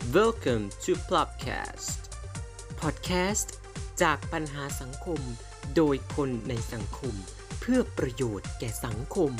Welcome to Plopcast Podcast จากปัญหาสังคมโดยคนในสังคมเพื่อประโยชน์แก่สังคม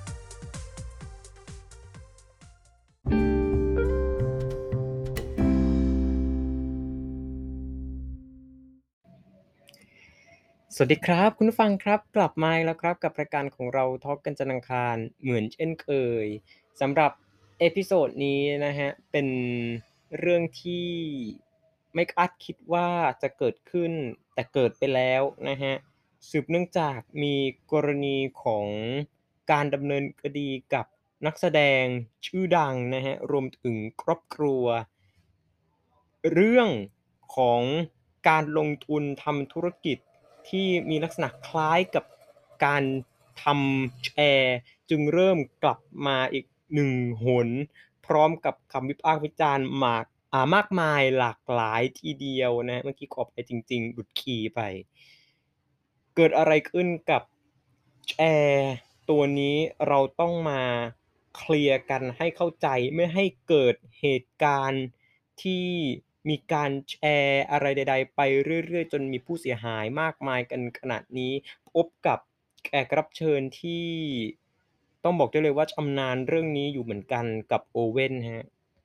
สวัสดีครับคุณผู้ฟังครับกลับมาอีกแล้วครับกับรายการของเราทอล์กกันจันทร์อังคารเหมือนเช่นเคยสำหรับเอพิโซดนี้นะฮะเป็นเรื่องที่ไม่คาดคิดว่าจะเกิดขึ้นแต่เกิดไปแล้วนะฮะสืบเนื่องจากมีกรณีของการดำเนินคดีกับนักแสดงชื่อดังนะฮะรวมถึงครอบครัวเรื่องของการลงทุนทำธุรกิจที่มีลักษณะคล้ายกับการทำแชร์จึงเริ่มกลับมาอีกหนึ่งหนพร้อมกับคำวิพากษ์วิจารณ์มากมายหลากหลายทีเดียวนะเมื่อกี้ขออภัยจริงๆหลุดคีย์ไปเกิดอะไรขึ้นกับแชร์ตัวนี้เราต้องมาเคลียร์กันให้เข้าใจไม่ให้เกิดเหตุการณ์ที่มีการแชร์อะไรใดๆไปเรื่อยๆจนมีผู้เสียหายมากมายกันขนาดนี้พบกับแขกรับเชิญที่ต้องบอกได้เลยว่าชำนาญเรื่องนี้อยู่เหมือนกันกับโอเว่นครับ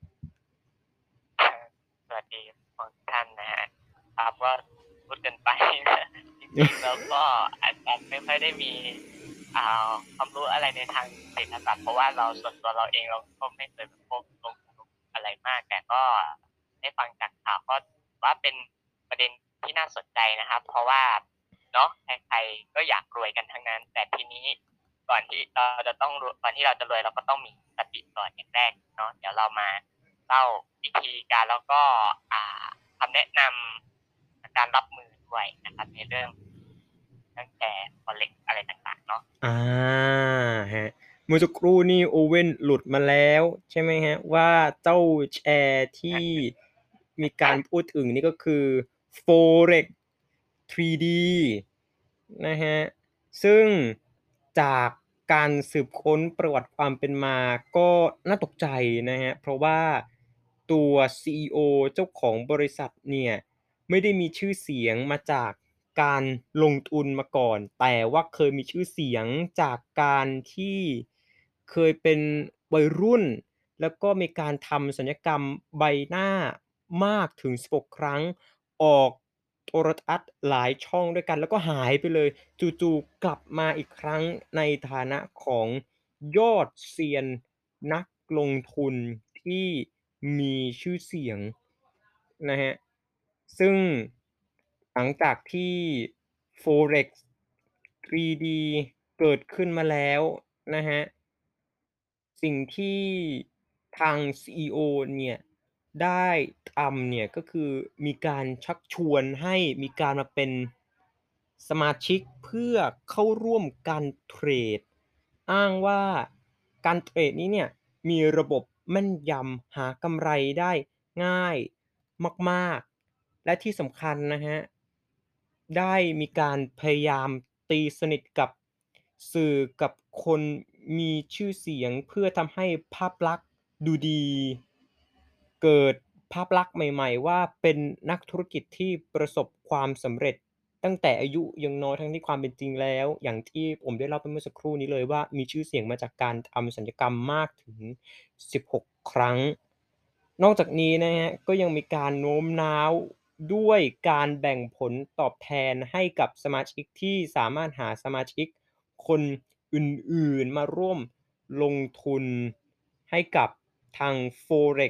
สวัสดีทุกท่านนะครับก็พูดกันไปนะจริงๆแล้วก็อาจจะไม่ค่อยได้มีความรู้อะไรในทางเศรษฐศาสตร์เพราะว่าส่วนตัวเราเองเราก็ไม่เคยแบบพวกลงทุนอะไรมากแต่ก็ได้ฟังจากข่าวก็ว่าเป็นประเด็นที่น่าสนใจนะครับเพราะว่าเนาะใครๆก็อยากรวยกันทั้งนั้นแต่ทีนี้ก่อนที่เราจะรวยเราก็ต้องมีสติก่อนอย่างแรกเนาะเดี๋ยวเรามาเล่าวิธีการแล้วก็คำแนะนำในการรับมือด้วยนะครับในเรื่องตั้งแต่ Forex อะไรต่างๆเนาะอาครับเมื่อสักครู่นี่โอเว่นหลุดมาแล้วใช่ไหมครับว่าเจ้าแชร์ที่มีการพูดถึงนี่ก็คือ Forex 3D นะครับซึ่งจากการสืบค้นประวัติความเป็นมาก็น่าตกใจนะครับเพราะว่าตัว CEO เจ้าของบริษัทเนี่ยไม่ได้มีชื่อเสียงมาจากการลงทุนมาก่อนแต่ว่าเคยมีชื่อเสียงจากการที่เคยเป็นวัยรุ่นแล้วก็มีการทำศัลยกรรมใบหน้ามากถึง16ครั้งออกโทรทัศน์หลายช่องด้วยกันแล้วก็หายไปเลยจู่ๆกลับมาอีกครั้งในฐานะของยอดเซียนนักลงทุนที่มีชื่อเสียงนะครับซึ่งหลังจากที่ Forex 3D เกิดขึ้นมาแล้วนะครับ สิ่งที่ทาง CEO เนี่ยได้ทำเนี่ยก็คือมีการชักชวนให้มีการมาเป็นสมาชิกเพื่อเข้าร่วมการเทรดอ้างว่าการเทรดนี้เนี่ยมีระบบแม่นยำหากำไรได้ง่ายมากๆและที่สำคัญนะครับได้มีการพยายามตีสนิทกับสื่อกับคนมีชื่อเสียงเพื่อทำให้ภาพลักษณ์ดูดีเกิดภาพลักษณ์ใหม่ๆว่าเป็นนักธุรกิจที่ประสบความสำเร็จตั้งแต่อายุยังน้อยทั้งที่ความเป็นจริงแล้วอย่างที่ผมได้เล่าไปเมื่อสักครู่นี้เลยว่ามีชื่อเสียงมาจากการทำศัลยกรรมมากถึง16ครั้งนอกจากนี้นะครับก็ยังมีการโน้มน้าวด้วยการแบ่งผลตอบแทนให้กับสมาชิกที่สามารถหาสมาชิกคนอื่นๆมาร่วมลงทุนให้กับทาง Forex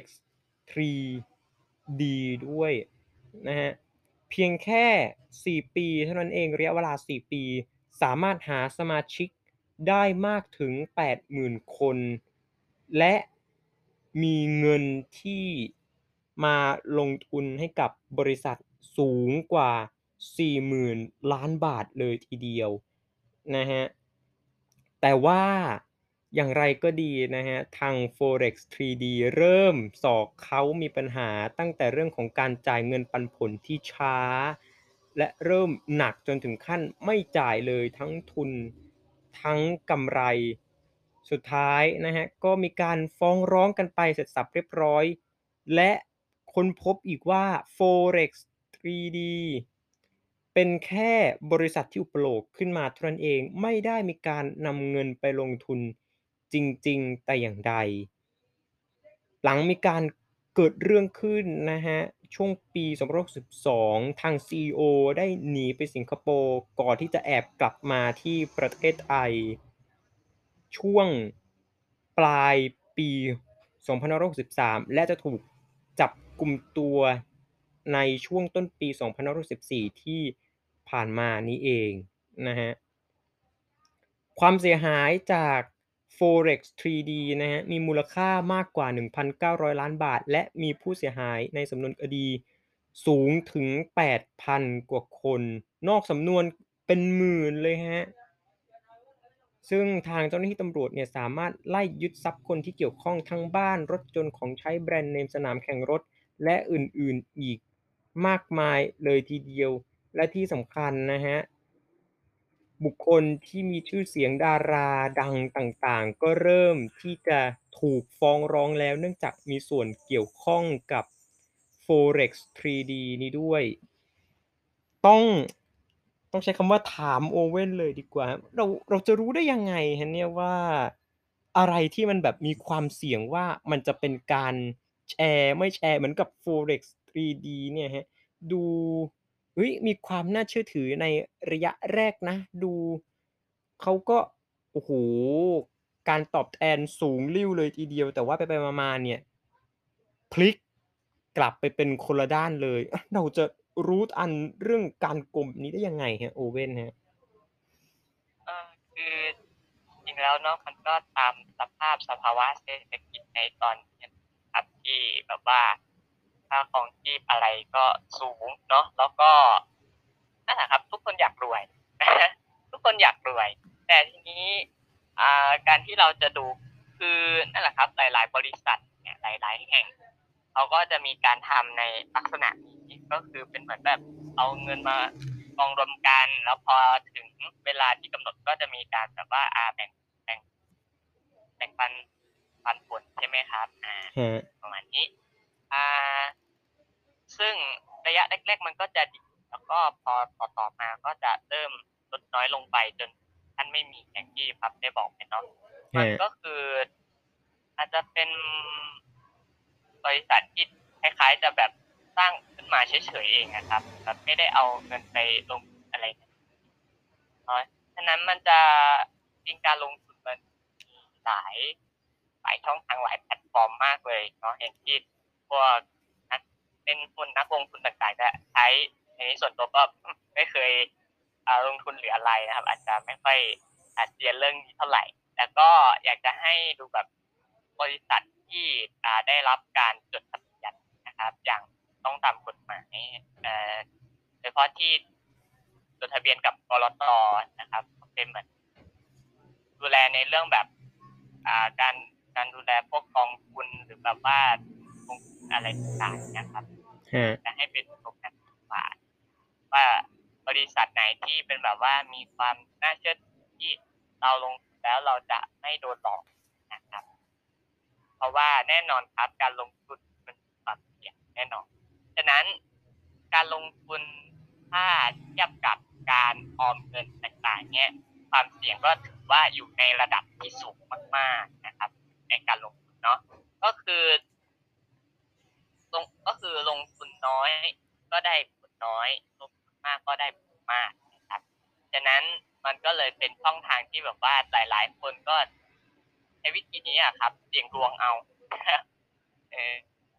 3D ด้วยนะครับเพียงแค่4ปีเท่านั้นเองระยะเวลา4ปีสามารถหาสมาชิกได้มากถึง80,000คนและมีเงินที่มาลงทุนให้กับบริษัทสูงกว่า40,000ล้านบาทเลยทีเดียวนะครับแต่ว่าอย่างไรก็ดีนะครับทาง Forex 3D เริ่มศอกเขามีปัญหาตั้งแต่เรื่องของการจ่ายเงินปันผลที่ช้าและเริ่มหนักจนถึงขั้นไม่จ่ายเลยทั้งทุนทั้งกำไรสุดท้ายนะครับก็มีการฟ้องร้องกันไปเสร็จสรรพเรียบร้อยและค้นพบอีกว่า Forex 3D เป็นแค่บริษัทที่อุปโลกน์ขึ้นมาเท่านั้นเอง ไม่ได้มีการนำเงินไปลงทุนจริงๆแต่อย่างใด หลังมีการเกิดเรื่องขึ้นนะครับช่วงปี2562ทาง CEO ได้หนีไปสิงคโปร์ก่อนที่จะแอบกลับมาที่ประเทศไทยช่วงปลายปี2563และจะถูกจับกุมตัวในช่วงต้นปี2564ที่ผ่านมานี้เองนะครับ ความเสียหายจาก Forex 3D นะครับมีมูลค่ามากกว่า 1,900 ล้านบาทและมีผู้เสียหายในสำนวนคดีสูงถึง 8,000 กว่าคนนอกสำนวนเป็นหมื่นเลยครับซึ่งทางเจ้าหน้าที่ตำรวจเนี่ยสามารถไล่ยึดทรัพย์คนที่เกี่ยวข้องทั้งบ้านรถยนต์ของใช้แบรนด์เนมสนามแข่งรถและอื่นๆอีกมากมายเลยทีเดียวและที่สำคัญนะครับ บุคคลที่มีชื่อเสียงดาราดังต่างๆก็เริ่มที่จะถูกฟ้องร้องแล้วเนื่องจากมีส่วนเกี่ยวข้องกับ Forex 3D นี้ด้วยต้องต้องใช้คำว่าถามโอเว่นเลยดีกว่าครับเราจะรู้ได้ยังไงครับเนี่ยว่าอะไรที่มันแบบมีความเสี่ยงว่ามันจะเป็นการแชร์ไม่แชร์เหมือนกับ Forex 3D เนี่ยครับ ดูเฮ้ยมีความน่าเชื่อถือในระยะแรกนะดูเขาก็โอ้โฮการตอบแทนสูงลิ่วเลยทีเดียวแต่ว่าไปๆมาๆเนี่ยพลิกกลับไปเป็นคนละด้านเลยเราจะรู้ทันเรื่องการโกงแบบนี้ได้ยังไงครับโอเว่นครับคือจริงๆแล้วเนาะมันก็ตามสภาวะเศรษฐกิจในตอนนี้ครับที่แบบว่าค่าครองชีพอะไรก็สูงเนาะแล้วก็นั่นแหละครับทุกคนอยากรวยนะครับทุกคนอยากรวยแต่ทีนี้การที่เราจะดูคือนั่นแหละครับหลายๆบริษัทเนี่ยหลายๆแห่งเขาก็จะมีการทำในลักษณะนี้ก็คือเป็นเหมือนแบบเอาเงินมากองรวมกันแล้วพอถึงเวลาที่กำหนดก็จะมีการแบบว่าแบ่งแบ่งปันผลใช่ไหมครับครับประมาณนี้อ่าซึ่งระยะแรกๆมันก็จะดีแล้วก็พอต่อๆมาก็จะเริ่มลดน้อยลงไปจนท่านไม่มีอย่างที่พับได้บอกไปเนาะมันครับก็คืออาจจะเป็นบริษัทที่คล้ายๆจะแบบสร้างขึ้นมาเฉยๆเองอะครับแบบไม่ได้เอาเงินไปลงทุนอะไรน้อยฉะนั้นมันจะจริงการลงทุนมันมีหลายช่องทางหลายแพลตฟอร์มมากเลยเนาะอย่างที่พวกนักเล่นหุ้นนักลงทุนต่างๆจะใช้อันนี้ส่วนตัวก็ไม่เคยลงทุนหรืออะไรนะครับอาจจะไม่ค่อยเซียนเรื่องนี้เท่าไรแต่ก็อยากจะให้ดูแบบบริษัทที่ได้รับการจดทะเบียนนะครับอย่างต้องตามกฎหมายเอ่อ โดยเฉพาะที่จดทะเบียนกับกลตนะครับเป็นเหมือนดูแลในเรื่องแบบการดูแลพวกกองทุนหรือแบบว่าลงทุนอะไรต่างๆเนี่ยครับครับจะให้เป็นตรงนั้นมากกว่าว่าบริษัทไหนที่เป็นแบบว่ามีความน่าเชื่อถือที่เราลงทุนแล้วเราจะไม่โดนหลอกนะครับเพราะว่าแน่นอนครับการลงทุนมันมีความเสี่ยงแน่นอนฉะนั้นการลงทุนถ้าเทียบกับการออมเงินต่างๆเนี่ยความเสี่ยงก็ถือว่าอยู่ในระดับที่สูงมากๆนะครับในการลงทุนเนาะก็คือลงทุนน้อยก็ได้ผลน้อยลงทุนมากก็ได้ผลมากนะครับฉะนั้นมันก็เลยเป็นช่องทางที่แบบว่าหลายๆคนก็ใช้วิธีนี้อะครับเสี่ยงดวงเอาเออ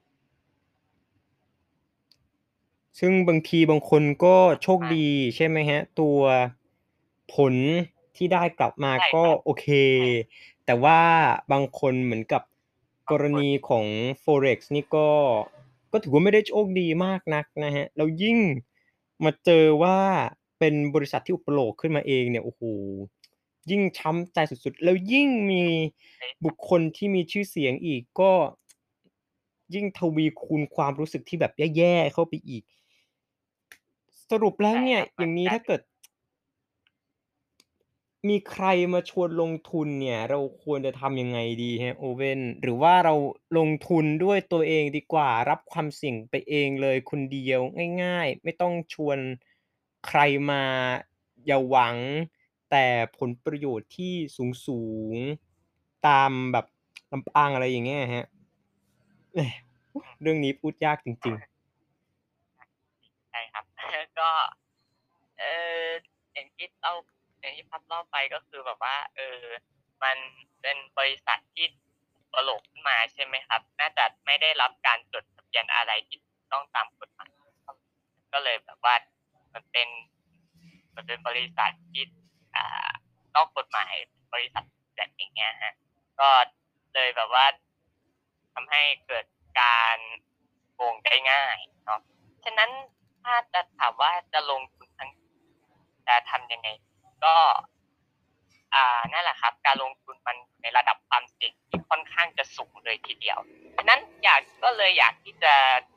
ซึ่งบางทีบางคนก็โชคมากดีใช่ไหมครับตัวผลที่ได้กลับมาก็ใช่ครับโอเคใช่แต่ว่าบางคนเหมือนกับกรบางคนณีของ Forex นี่ก็ถือว่าไม่ได้โชคดีมากนักนะครับแล้วยิ่งมาเจอว่าเป็นบริษัทที่อุปโลกน์ขึ้นมาเองเนี่ยโอ้โฮยิ่งช้ำใจสุดๆแล้วยิ่งมีใช่บุคคลที่มีชื่อเสียงอีกก็ยิ่งทวีคูณความรู้สึกที่แบบแย่ๆเข้าไปอีก สรุปแล้วเนี่ยใช่ครับอย่างงี้มันกลายเป็นถ้าเกิดมีใครมาชวนลงทุนเนี่ยเราควรจะทำยังไงดีครับโอเว่นหรือว่าเราลงทุนด้วยตัวเองดีกว่ารับความเสี่ยงไปเองเลยคนเดียวง่ายๆไม่ต้องชวนใครมาอย่าหวังแต่ผลประโยชน์ที่สูงๆตามแบบลำพังอะไรอย่างเงี้ยครับแหมเรื่องนี้พูดยากจริงๆใช่ครับก็เอออย่างที่เล่าอย่างที่พัดเล่าไปก็คือแบบว่ามันเป็นบริษัทที่ตลกขึ้นมาใช่ไหมครับน่าจะไม่ได้รับการจดทะเบียนอะไรที่ถูกต้องตามกฎหมายก็เลยแบบว่ามันเป็นมันเป็นบริษัทที่อ่านอกกฎหมายบริษัทแบบอย่างเงี้ยฮะก็เลยแบบว่าทำให้เกิดการโกงได้ง่ายเนาะ ฉะนั้นถ้าจะถามว่าจะลงทุนทั้งจะทำยังไงก็นั่นแหละครับการลงทุนมันอยู่ในระดับความเสี่ยงที่ค่อนข้างจะสูงเลยทีเดียวฉะนั้นอยากที่จะ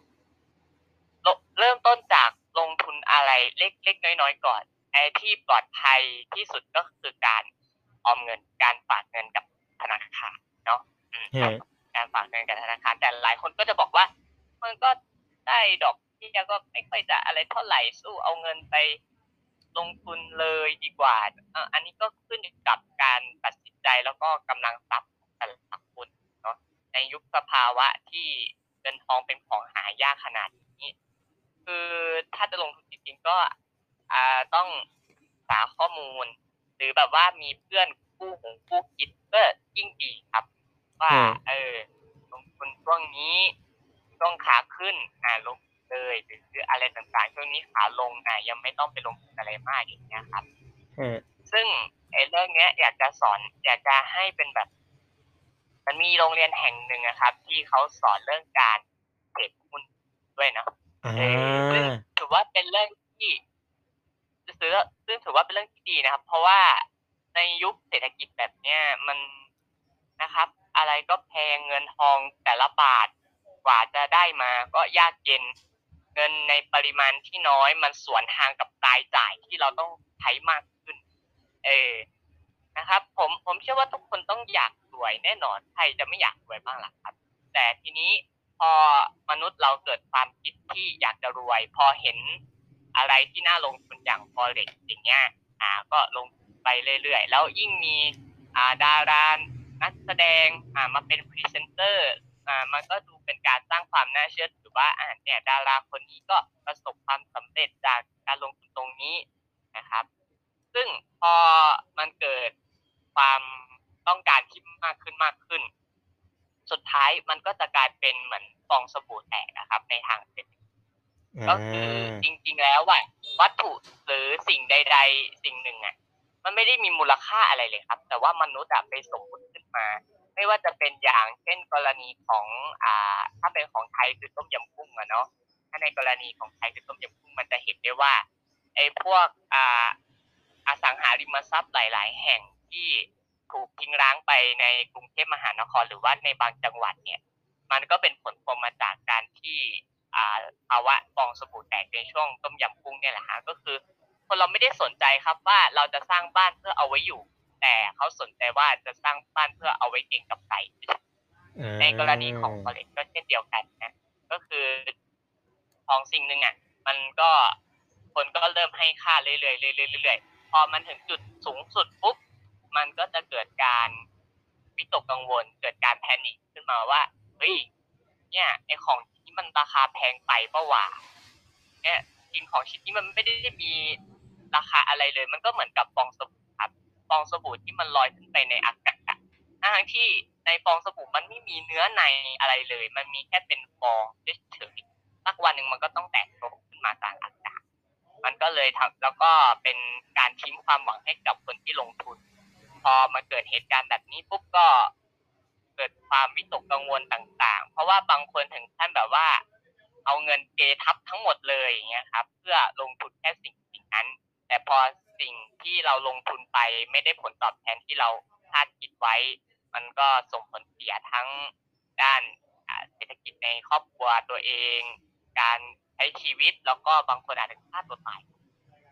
เริ่มต้นจากลงทุนอะไรเล็กๆน้อยๆก่อนไอ้ที่ปลอดภัยที่สุดก็คือการออมเงินการฝากเงินกับธนาคารเนาะครับการฝากเงินกับธนาคารแต่หลายคนก็จะบอกว่ามันก็ได้ดอกเบี้ยก็ไม่ค่อยจะอะไรเท่าไรสู้เอาเงินไปลงทุนเลยดีกว่าอันนี้ก็ขึ้นอยู่กับการตัดสินใจแล้วก็กำลังทรัพย์ของแต่ละคนเนาะในยุคสภาวะที่เงินทองเป็นของหายากขนาดนี้คือถ้าจะลงทุนจริงๆก็ต้องศึกษาข้อมูลหรือแบบว่ามีเพื่อนคู่คิดก็ยิ่งดีครับว่าครับลงทุนช่วงนี้ช่วงขาขึ้นลงเลยหรืออะไรต่างๆช่วงนี้ขาลงยังไม่ต้องไปลงทุนอะไรมากอย่างเงี้ยครับครับซึ่งไอ้เรื่องเนี้ยอยากจะสอนอยากจะให้เป็นแบบมันมีโรงเรียนแห่งหนึ่งอะครับที่เขาสอนเรื่องการเทรดหุ้นด้วยเนาะอซึ่งาถือว่าเป็นเรื่องที่ซื้อซึ่งถือว่าเป็นเรื่องที่ดีนะครับเพราะว่าในยุคเศรษฐกิจแบบเนี้ยมันนะครับอะไรก็แพงเงินทองแต่ละบาทกว่าจะได้มาก็ยากเย็นเงินในปริมาณที่น้อยมันสวนทางกับรายจ่ายที่เราต้องใช้มากขึ้นเออนะครับผมเชื่อว่าทุกคนต้องอยากรวยแน่นอนใครจะไม่อยากรวยบ้างล่ะครับแต่ทีนี้พอมนุษย์เราเกิดความคิดที่อยากจะรวยพอเห็นอะไรที่น่าลงทุนอย่าง Forex อย่างเงี้ยก็ลงทุนไปเรื่อยๆแล้วยิ่งมีดารานักแสดงมาเป็นพรีเซนเตอร์มันก็ดูเป็นการสร้างความน่าเชื่อถือว่าเนี่ยดาราคนนี้ก็ประสบความสำเร็จจากการลงทุนตรงนี้นะครับซึ่งพอมันเกิดความต้องการที่มากขึ้นสุดท้ายมันก็จะกลายเป็นเหมือนฟองสบู่แตกนะครับในทางเศรษฐกิจอก็คือาจริงๆแล้วอะวัตถุหรือสิ่งใดๆสิ่งหนึ่งอะมันไม่ได้มีมูลค่าอะไรเลยครับแต่ว่ามนุษย์อะไปสมมุติขึ้นมาไม่ว่าจะเป็นอย่างเช่นกรณีของถ้าเป็นของไทยคือต้มยำกุ้งอะเนาะถ้าในกรณีของไทยคือต้มยำกุ้งมันจะเห็นได้ว่าไอ้พวกอสังหาริมทรัพย์หลายๆแห่งที่ถูกทิ้งร้างไปในกรุงเทพมหานครหรือว่าในบางจังหวัดเนี่ยมันก็เป็นผลพวงมาจากการที่ อ่าภาวะฟองสบู่แตกในช่วงต้มยำกุ้งเนี่ยแหละครับก็คือคนเราไม่ได้สนใจครับว่าเราจะสร้างบ้านเพื่อเอาไว้อยู่แต่เขาสนใจว่าจะสร้างบ้านเพื่อเอาไว้เก็งกำไรอาในกรณีของ Forex ก็เช่นเดียวกันนะก็คือของสิ่งหนึ่งอะมันก็คนก็เริ่มให้ค่าเรื่อยๆเรื่อยๆพอมันถึงจุดสูงสุดปุ๊บมันก็จะเกิดการวิตกกังวลเกิดการ panic ขึ้นมาว่าเฮ้ย เนี่ยไอ้ของชิ้นนี้มันราคาแพงไปเปล่าวะเนี่ยจริงของชิ้นนี้มันไม่ได้มีราคาอะไรเลยมันก็เหมือนกับฟองสบู่ครับฟองสบู่ที่มันลอยขึ้นไปในอากาศทั้งที่ในฟองสบู่มันไม่มีเนื้อในอะไรเลยมันมีแค่เป็นฟองเฉยๆสักวันหนึ่งมันก็ต้องแตกตัวขึ้นมากลางอากาศมันก็เลยทำแล้วก็เป็นการทิ้งความหวังให้กับคนที่ลงทุน พอมาเกิดเหตุการณ์แบบนี้ปุ๊บก็เกิดความวิตกกังวลต่างๆ เพราะว่าบางคนถึงขั้นแบบว่าเอาเงินเททับทั้งหมดเลยอย่างเงี้ยครับเพื่อลงทุนแค่สิ่งนั้นแต่พอสิ่งที่เราลงทุนไปไม่ได้ผลตอบแทนที่เราคาดคิดไว้มันก็ส่งผลเสียทั้งด้านเศรษฐกิจในครอบครัวตัวเองการใช้ชีวิตแล้วก็บางคนอาจจะฆ่าตัวตายอื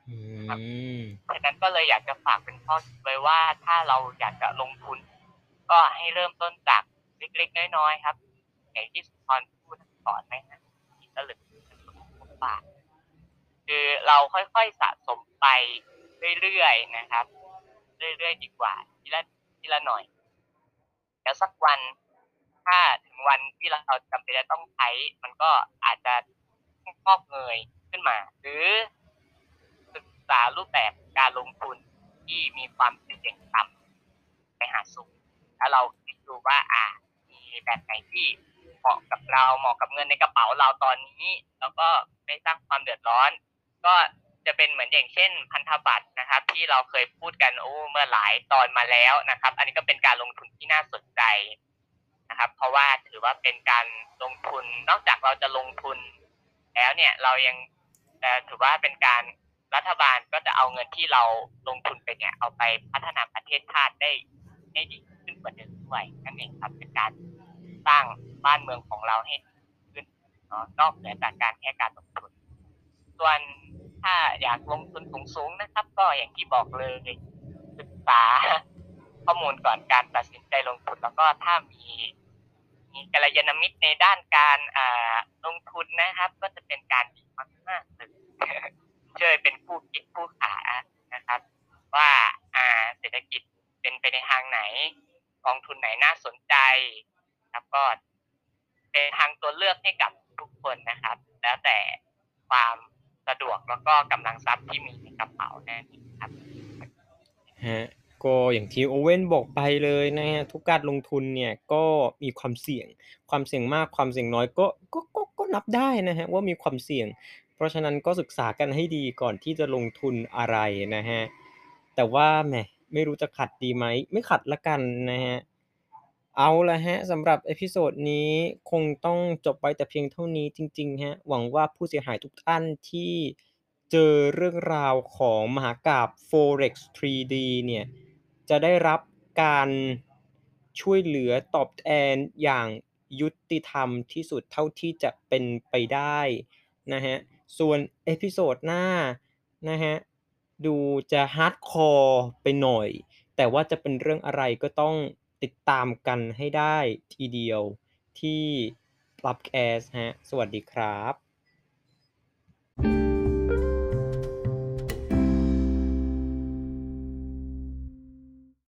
นะครับมฉะนั้นก็เลยอยากจะฝากเป็นข้อคิดไว้ว่าถ้าเราอยากจะลงทุนก็ให้เริ่มต้นจากเล็กๆน้อยๆครับอย่างที่สุนทรพูดสอนไหมครับทีละหลึกบาทคือเราค่อยๆสะสมไปเรื่อยๆนะครับเรื่อยๆดีกว่าทีละหน่อยแล้วสักวันถ้าถึงวันที่เราจำเป็นจะต้องใช้มันก็อาจจะงอกเงยขึ้นมาหรือ ศึกษารูปแบบการลงทุนที่มีความเสี่ยงต่ำไปหาสูงแล้วเราคิดดูว่ามีแบบไหนที่เหมาะกับเราเหมาะกับเงินในกระเป๋าเราตอนนี้แล้วก็ไม่สร้างความเดือดร้อนก็จะเป็นเหมือนอย่างเช่นพันธบัตรนะครับที่เราเคยพูดกันเมื่อหลายตอนมาแล้วนะครับอันนี้ก็เป็นการลงทุนที่น่าสนใจนะครับเพราะว่าถือว่าเป็นการลงทุนนอกจากเราจะลงทุนแล้วเนี่ยเรายังถือว่าเป็นการรัฐบาลก็จะเอาเงินที่เราลงทุนไปเนี่ยเอาไปพัฒนาประเทศชาติได้ให้ดีขึ้นกว่าเดิมด้วยนั่นเองครับเป็นการสร้างบ้านเมืองของเราให้ดีขึ้นเนาะนอกเหนือจากการแค่การลงทุนส่วนถ้าอยากลงทุนสูงๆนะครับก็อย่างที่บอกเลยศึกษาข้อมูลก่อนการตัดสินใจลงทุนแล้วก็ถ้ามีกัลยาณมิตรในด้านการลงทุนนะครับก็จะเป็นการดีมากๆเลย ช่วยเป็นคู่คิดคู่ขานะครับว่าเศรษฐกิจเป็นไปในทางไหนกองทุนไหนน่าสนใจครับก็เป็นทางตัวเลือกให้กับทุกคนนะครับแล้วแต่ความสะดวกแล้วก็กำลังทรัพย์ที่มีในกระเป๋านั่นเองครับฮะก็อย่างที่โอเว่นบอกไปเลยนะครับทุกการลงทุนเนี่ยก็มีความเสี่ยงความเสี่ยงมากความเสี่ยงน้อยก็นับได้นะครับว่ามีความเสี่ยงเพราะฉะนั้นก็ศึกษากันให้ดีก่อนที่จะลงทุนอะไรนะครับแต่ว่าแหมไม่รู้จะขัดดีไหมไม่ขัดแล้วกันนะครับเอาล่ะครับสำหรับเอพิโซดนี้คงต้องจบไปแต่เพียงเท่านี้จริงๆครับหวังว่าผู้เสียหายทุกท่านที่เจอเรื่องราวของมหากาพย์ Forex 3D เนี่ยจะได้รับการช่วยเหลือตอบแทนอย่างยุติธรรมที่สุดเท่าที่จะเป็นไปได้นะครับส่วนเอพิโซดหน้านะครับดูจะ hardcore ไปหน่อย แต่ว่าจะเป็นเรื่องอะไรก็ต้องติดตามกันให้ได้ทีเดียวที่ Pubcast ครับสวัสดีครับ